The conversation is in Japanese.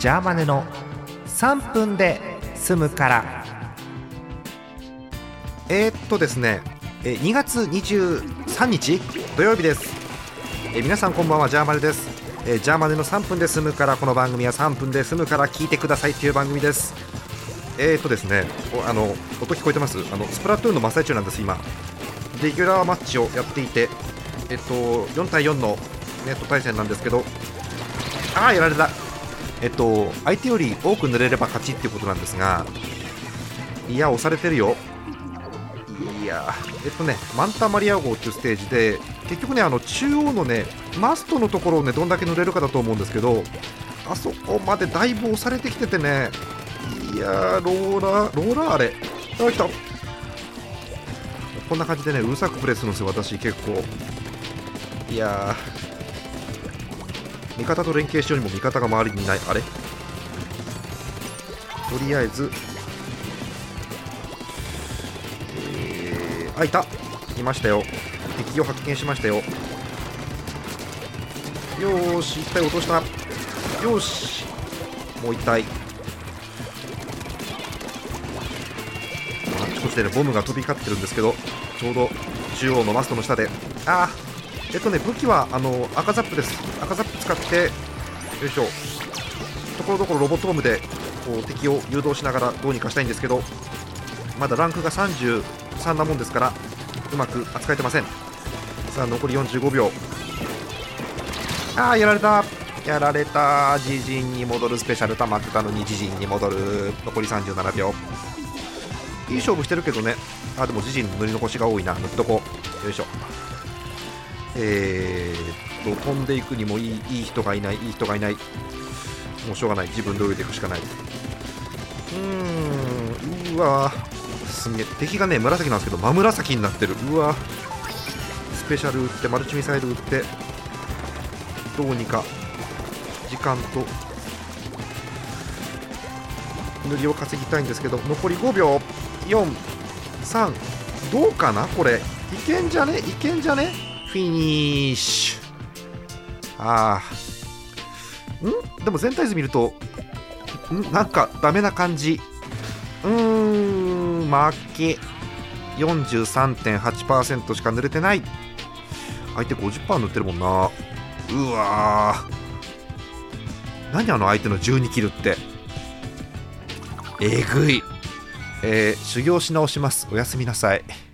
ジャーマネの3分で済むから。 ですね、2月23日土曜日です。皆さんこんばんは、ジャーマネです。ジャーマネの3分で済むから、この番組は3分で済むから聞いてくださいという番組です。ですね、音聞こえてます？スプラトゥーンの真っ最中なんです。今レギュラーマッチをやっていて、4対4のネット対戦なんですけど、やられた。相手より多く塗れれば勝ちっていうことなんですが、いや押されてるよ。いやマンタマリア号っていうステージで、結局ね、中央のねマストのところをねどんだけ塗れるかだと思うんですけど、あそこまでだいぶ押されてきててね、いやローラーあれ来た。こんな感じでねうるさくプレイするんですよ、私結構。いや味方と連携しようにも味方が周りにいない。あれ、とりあえずいましたよ。敵を発見しましたよ。よーし、1体落とした。よーし、もう1体。あちこちでねボムが飛び交ってるんですけど、ちょうど中央のマストの下で、武器は赤ザップです。赤ザップ使って、よいしょ、ところどころロボットボムでこう敵を誘導しながらどうにかしたいんですけど、まだランクが33なもんですからうまく扱えてません。さあ残り45秒。やられた。自陣に戻る。スペシャル弾くたのに自陣に戻る。残り37秒。いい勝負してるけどね。でも自陣の塗り残しが多いな。塗っとこう。よいしょ。飛んでいくにもいい人がいない。もうしょうがない。自分で泳いでいくしかない。うわすげえ。敵がね紫なんですけど真紫になってる。うわスペシャル打ってマルチミサイル打ってどうにか時間と塗りを稼ぎたいんですけど、残り5秒。4、3、どうかなこれ。いけんじゃねフィニッシュ。でも全体図見るとなんかダメな感じ。負け。 43.8% しか塗れてない。相手 50% 塗ってるもんな。うわー、何相手の12キルって。えぐい。修行し直します。おやすみなさい。